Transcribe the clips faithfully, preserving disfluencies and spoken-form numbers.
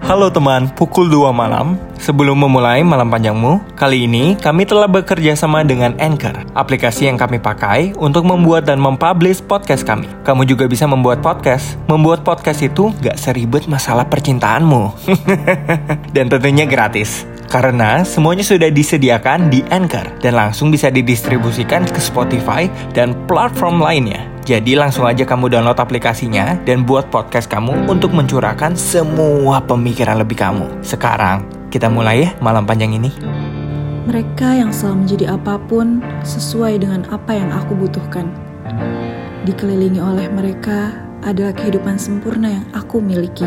Halo teman, pukul dua malam. Sebelum memulai malam panjangmu, kali ini kami telah bekerja sama dengan Anchor, aplikasi yang kami pakai untuk membuat dan mempublish podcast kami. Kamu juga bisa membuat podcast. Membuat podcast itu gak seribet masalah percintaanmu. Dan tentunya gratis. Karena semuanya sudah disediakan di Anchor dan langsung bisa didistribusikan ke Spotify dan platform lainnya. Jadi langsung aja kamu download aplikasinya dan buat podcast kamu untuk mencurahkan semua pemikiran lebih kamu. Sekarang kita mulai ya malam panjang ini. Mereka yang selalu menjadi apapun sesuai dengan apa yang aku butuhkan. Dikelilingi oleh mereka adalah kehidupan sempurna yang aku miliki.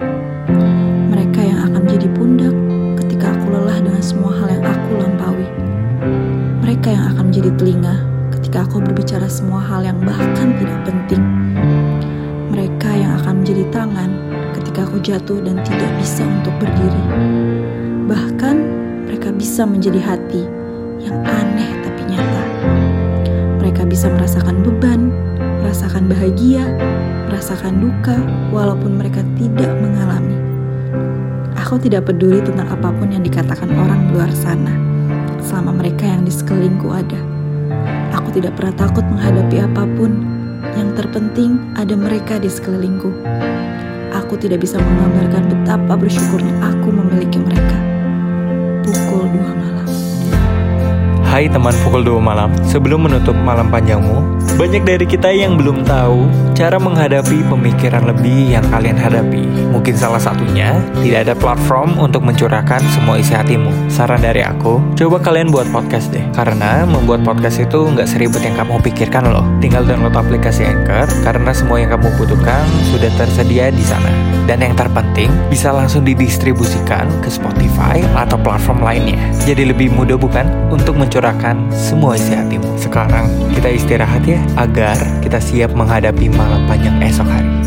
Mereka yang akan menjadi pundak ketika aku lelah dengan semua hal yang aku lampaui. Mereka yang akan menjadi telinga ketika aku berbicara semua hal yang bahkan tidak penting. Mereka yang akan menjadi tangan ketika aku jatuh dan tidak bisa untuk berdiri. Bahkan mereka bisa menjadi hati yang aneh tapi nyata. Mereka bisa merasakan beban, merasakan bahagia, merasakan duka walaupun mereka tidak mengalami. Aku tidak peduli tentang apapun yang dikatakan orang di luar sana, selama mereka yang di sekelilingku ada. Aku tidak pernah takut menghadapi apapun. Yang terpenting ada mereka di sekelilingku. Aku tidak bisa menggambarkan betapa bersyukurnya aku memiliki mereka. Pukul dua malam. Hai teman pukul dua malam. Sebelum menutup malam panjangmu, banyak dari kita yang belum tahu cara menghadapi pemikiran lebih yang kalian hadapi. Mungkin salah satunya tidak ada platform untuk mencurahkan semua isi hatimu. Saran dari aku, coba kalian buat podcast deh. Karena membuat podcast itu nggak seribet yang kamu pikirkan loh. Tinggal download aplikasi Anchor karena semua yang kamu butuhkan sudah tersedia di sana. Dan yang terpenting, bisa langsung didistribusikan ke Spotify atau platform lainnya. Jadi lebih mudah bukan untuk mencurahkan semua isi hatimu. Sekarang kita istirahat ya, agar kita siap menghadapi malam panjang esok hari.